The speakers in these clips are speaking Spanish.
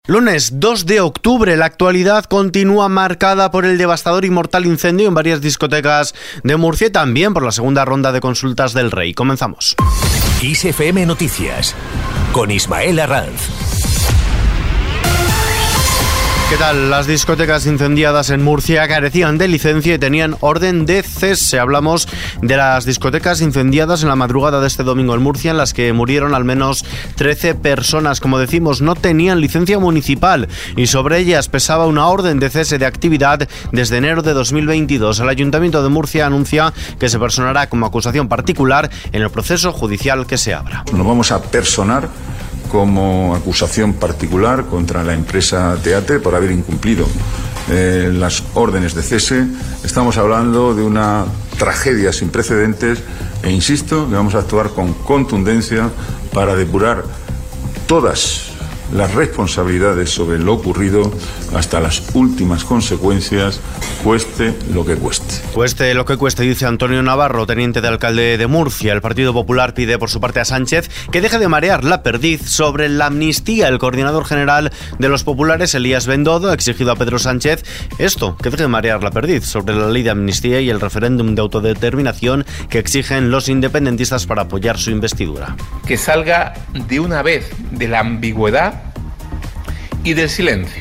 Lunes 2 de octubre, la actualidad continúa marcada por el devastador y mortal incendio en varias discotecas de Murcia y también por la segunda ronda de consultas del Rey. Comenzamos. XFM Noticias, con Ismael Arranz. ¿Qué tal? Las discotecas incendiadas en Murcia carecían de licencia y tenían orden de cese. Hablamos de las discotecas incendiadas en la madrugada de este domingo en Murcia, en las que murieron al menos 13 personas. Como decimos, no tenían licencia municipal y sobre ellas pesaba una orden de cese de actividad desde enero de 2022. El Ayuntamiento de Murcia anuncia que se personará como acusación particular en el proceso judicial que se abra. Nos vamos a personar como acusación particular contra la empresa Teatre por haber incumplido las órdenes de cese. Estamos hablando de una tragedia sin precedentes e insisto que vamos a actuar con contundencia para depurar todas las responsabilidades sobre lo ocurrido hasta las últimas consecuencias, cueste lo que cueste. Cueste lo que cueste, dice Antonio Navarro, teniente de alcalde de Murcia. El Partido Popular pide por su parte a Sánchez que deje de marear la perdiz sobre la amnistía. El coordinador general de los populares, Elías Bendodo, ha exigido a Pedro Sánchez que deje de marear la perdiz sobre la ley de amnistía y el referéndum de autodeterminación que exigen los independentistas para apoyar su investidura. Que salga de una vez de la ambigüedad y del silencio,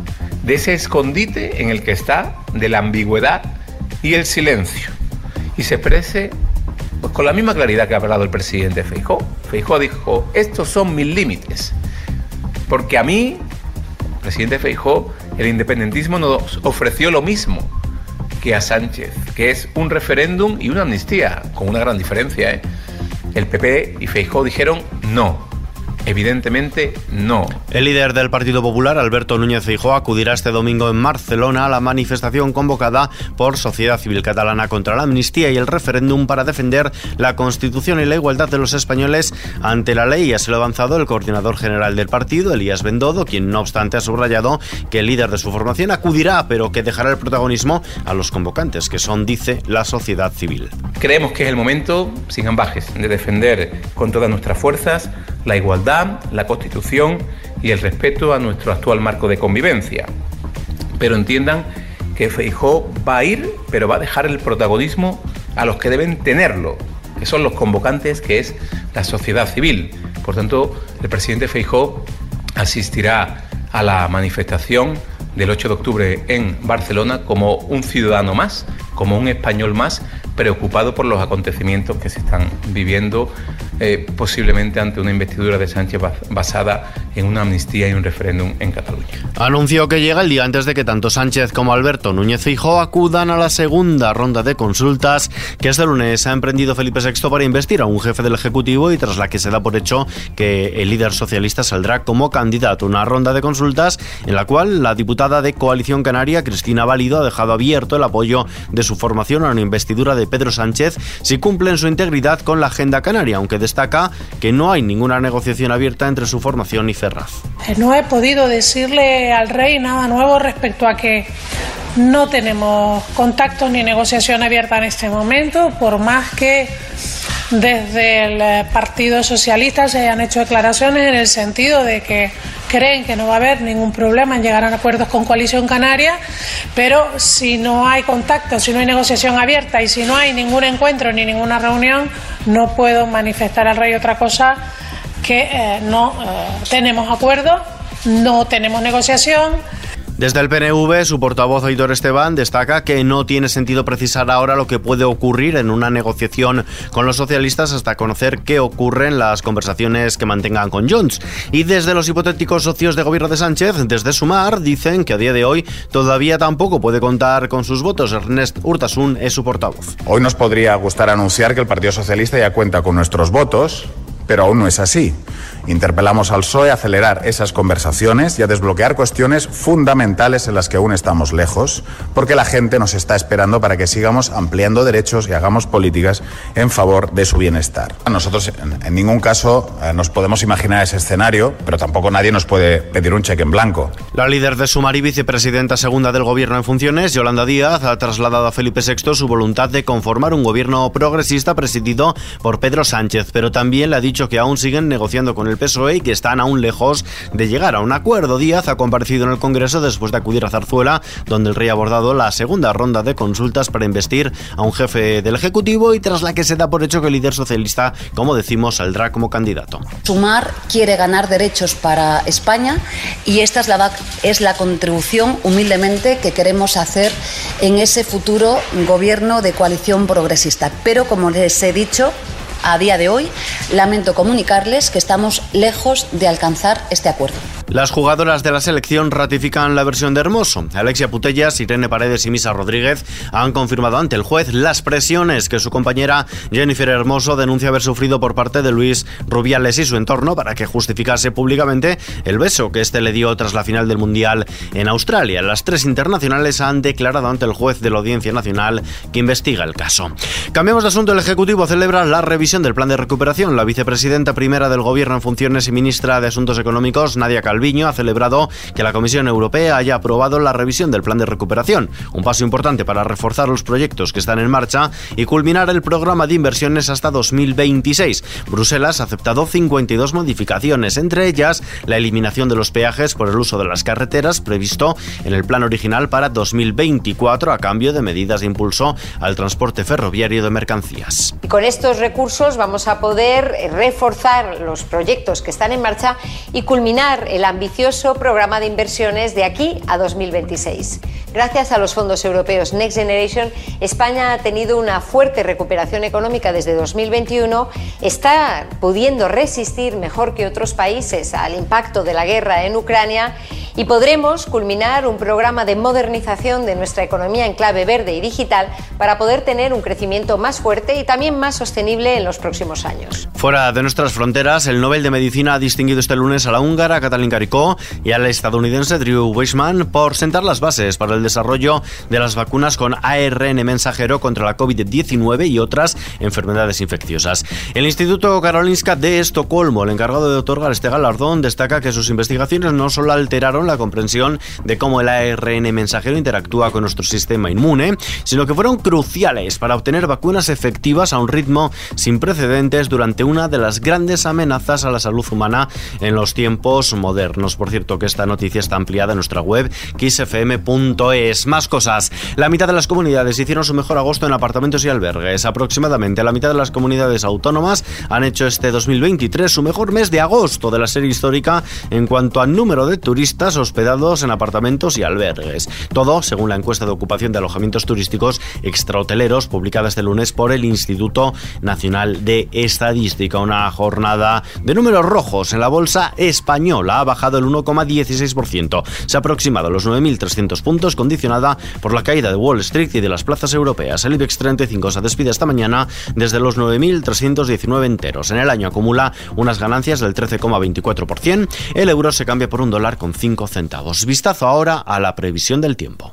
de ese escondite en el que está, de la ambigüedad y el silencio, y se exprese pues, con la misma claridad que ha hablado el presidente Feijóo. Feijóo dijo: estos son mis límites, porque a mí, presidente Feijóo, el independentismo nos ofreció lo mismo que a Sánchez, que es un referéndum y una amnistía, con una gran diferencia, El PP y Feijóo dijeron no. Evidentemente no. El líder del Partido Popular, Alberto Núñez Feijóo, acudirá este domingo en Barcelona a la manifestación convocada por Sociedad Civil Catalana contra la amnistía y el referéndum para defender la Constitución y la igualdad de los españoles ante la ley. Ya se lo ha avanzado el coordinador general del partido, Elías Bendodo, quien no obstante ha subrayado que el líder de su formación acudirá, pero que dejará el protagonismo a los convocantes, que son, dice, la sociedad civil. Creemos que es el momento, sin ambajes, de defender con todas nuestras fuerzas la igualdad, la Constitución y el respeto a nuestro actual marco de convivencia. Pero entiendan que Feijóo va a ir, pero va a dejar el protagonismo a los que deben tenerlo, que son los convocantes, que es la sociedad civil. Por tanto, el presidente Feijóo asistirá a la manifestación del 8 de octubre en Barcelona como un ciudadano más, como un español más, preocupado por los acontecimientos que se están viviendo, posiblemente ante una investidura de Sánchez basada en una amnistía y un referéndum en Cataluña. Anunció que llega el día antes de que tanto Sánchez como Alberto Núñez Feijóo acudan a la segunda ronda de consultas que este lunes ha emprendido Felipe VI para investir a un jefe del Ejecutivo y tras la que se da por hecho que el líder socialista saldrá como candidato. Una ronda de consultas en la cual la diputada de Coalición Canaria, Cristina Valido, ha dejado abierto el apoyo de su formación a una investidura de Pedro Sánchez si cumple en su integridad con la agenda canaria, aunque destaca que no hay ninguna negociación abierta entre su formación y Ferraz. No he podido decirle al rey nada nuevo respecto a que no tenemos contactos ni negociación abierta en este momento, por más que desde el Partido Socialista se hayan hecho declaraciones en el sentido de que creen que no va a haber ningún problema en llegar a acuerdos con Coalición Canaria, pero si no hay contacto, si no hay negociación abierta y si no hay ningún encuentro ni ninguna reunión, no puedo manifestar al rey otra cosa que no tenemos acuerdo, no tenemos negociación. Desde el PNV, su portavoz Aitor Esteban destaca que no tiene sentido precisar ahora lo que puede ocurrir en una negociación con los socialistas hasta conocer qué ocurre en las conversaciones que mantengan con Junts. Y desde los hipotéticos socios de gobierno de Sánchez, desde Sumar, dicen que a día de hoy todavía tampoco puede contar con sus votos. Ernest Urtasun es su portavoz. Hoy nos podría gustar anunciar que el Partido Socialista ya cuenta con nuestros votos, pero aún no es así. Interpelamos al PSOE a acelerar esas conversaciones y a desbloquear cuestiones fundamentales en las que aún estamos lejos, porque la gente nos está esperando para que sigamos ampliando derechos y hagamos políticas en favor de su bienestar. Nosotros en ningún caso nos podemos imaginar ese escenario, pero tampoco nadie nos puede pedir un cheque en blanco. La líder de Sumar y vicepresidenta segunda del Gobierno en funciones, Yolanda Díaz, ha trasladado a Felipe VI su voluntad de conformar un gobierno progresista presidido por Pedro Sánchez, pero también le ha dicho dicho que aún siguen negociando con el PSOE y que están aún lejos de llegar a un acuerdo. Díaz ha comparecido en el Congreso después de acudir a Zarzuela, donde el rey ha abordado la segunda ronda de consultas para investir a un jefe del Ejecutivo y tras la que se da por hecho que el líder socialista, como decimos, saldrá como candidato. Sumar quiere ganar derechos para España y esta es la contribución humildemente que queremos hacer en ese futuro gobierno de coalición progresista. Pero, como les he dicho, a día de hoy, lamento comunicarles que estamos lejos de alcanzar este acuerdo. Las jugadoras de la selección ratifican la versión de Hermoso. Alexia Putellas, Irene Paredes y Misa Rodríguez han confirmado ante el juez las presiones que su compañera Jennifer Hermoso denuncia haber sufrido por parte de Luis Rubiales y su entorno para que justificase públicamente el beso que este le dio tras la final del Mundial en Australia. Las tres internacionales han declarado ante el juez de la Audiencia Nacional que investiga el caso. Cambiamos de asunto. El Ejecutivo celebra la revisión del plan de recuperación. La vicepresidenta primera del Gobierno en funciones y ministra de Asuntos Económicos, Nadia Calviño, ha celebrado que la Comisión Europea haya aprobado la revisión del plan de recuperación, un paso importante para reforzar los proyectos que están en marcha y culminar el programa de inversiones hasta 2026. Bruselas ha aceptado 52 modificaciones, entre ellas la eliminación de los peajes por el uso de las carreteras previsto en el plan original para 2024 a cambio de medidas de impulso al transporte ferroviario de mercancías. Y con estos recursos vamos a poder reforzar los proyectos que están en marcha y culminar el ambicioso programa de inversiones de aquí a 2026. Gracias a los fondos europeos Next Generation, España ha tenido una fuerte recuperación económica desde 2021, está pudiendo resistir mejor que otros países al impacto de la guerra en Ucrania y podremos culminar un programa de modernización de nuestra economía en clave verde y digital para poder tener un crecimiento más fuerte y también más sostenible en los próximos años. Fuera de nuestras fronteras, el Nobel de Medicina ha distinguido este lunes a la húngara Katalin Karikó y al estadounidense Drew Weissman por sentar las bases para el desarrollo de las vacunas con ARN mensajero contra la COVID-19 y otras enfermedades infecciosas. El Instituto Karolinska de Estocolmo, el encargado de otorgar este galardón, destaca que sus investigaciones no solo alteraron la comprensión de cómo el ARN mensajero interactúa con nuestro sistema inmune, sino que fueron cruciales para obtener vacunas efectivas a un ritmo sin precedentes durante una de las grandes amenazas a la salud humana en los tiempos modernos. Por cierto, que esta noticia está ampliada en nuestra web kissfm.es. Más cosas. La mitad de las comunidades hicieron su mejor agosto en apartamentos y albergues. Aproximadamente la mitad de las comunidades autónomas han hecho este 2023 su mejor mes de agosto de la serie histórica en cuanto al número de turistas hospedados en apartamentos y albergues. Todo según la encuesta de ocupación de alojamientos turísticos extrahoteleros publicada este lunes por el Instituto Nacional de Estadística. Una jornada de números rojos en la bolsa española. Ha bajado el 1,16%. Se ha aproximado a los 9.300 puntos, condicionada por la caída de Wall Street y de las plazas europeas. El IBEX 35 se despide esta mañana desde los 9.319 enteros. En el año acumula unas ganancias del 13,24%. El euro se cambia por $1 con 5 centavos. Vistazo ahora a la previsión del tiempo.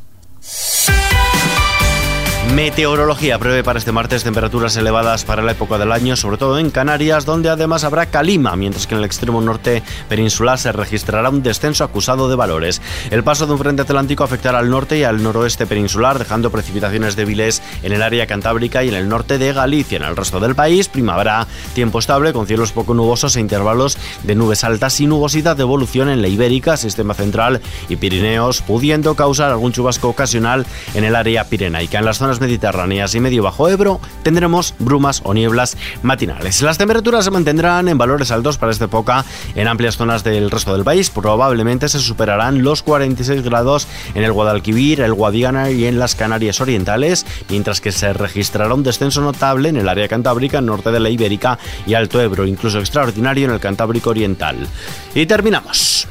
Meteorología prevé para este martes temperaturas elevadas para la época del año, sobre todo en Canarias, donde además habrá calima, mientras que en el extremo norte peninsular se registrará un descenso acusado de valores. El paso de un frente atlántico afectará al norte y al noroeste peninsular, dejando precipitaciones débiles en el área cantábrica y en el norte de Galicia. En el resto del país, primavera, tiempo estable con cielos poco nubosos e intervalos de nubes altas y nubosidad de evolución en la Ibérica, Sistema Central y Pirineos, pudiendo causar algún chubasco ocasional en el área pirenaica. En las zonas mediterráneas y medio bajo Ebro tendremos brumas o nieblas matinales. Las temperaturas se mantendrán en valores altos para esta época en amplias zonas del resto del país. Probablemente se superarán los 46 grados en el Guadalquivir, el Guadiana y en las Canarias Orientales, mientras que se registrará un descenso notable en el área cantábrica, norte de la Ibérica y Alto Ebro, incluso extraordinario en el Cantábrico Oriental. Y terminamos.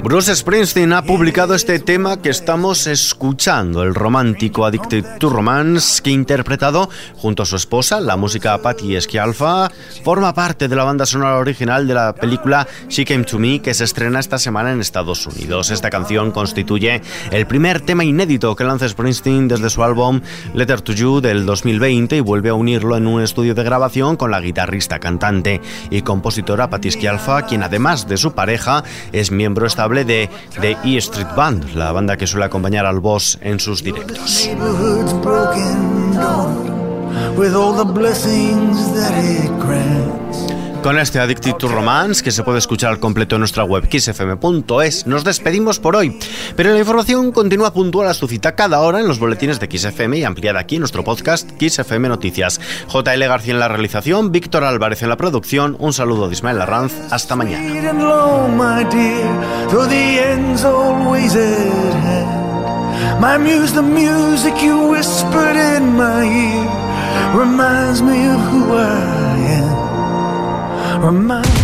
Bruce Springsteen ha publicado este tema que estamos escuchando, el romántico Addicted to Romance, que interpretado junto a su esposa, la música Patti Scialfa, forma parte de la banda sonora original de la película She Came to Me, que se estrena esta semana en Estados Unidos. Esta canción constituye el primer tema inédito que lanza Springsteen desde su álbum Letter to You del 2020 y vuelve a unirlo en un estudio de grabación con la guitarrista, cantante y compositora Patti Scialfa, quien además de su pareja es miembro estable de The E Street Band, la banda que suele acompañar al boss en sus directos. Con este Addicted to Romance, que se puede escuchar al completo en nuestra web kissfm.es, nos despedimos por hoy. Pero la información continúa puntual a su cita cada hora en los boletines de Kiss FM y ampliada aquí en nuestro podcast Kiss FM Noticias. JL García en la realización, Víctor Álvarez en la producción. Un saludo de Ismael Arranz. Hasta mañana. My muse, the music you whispered in my ear, reminds me of who I am. Remind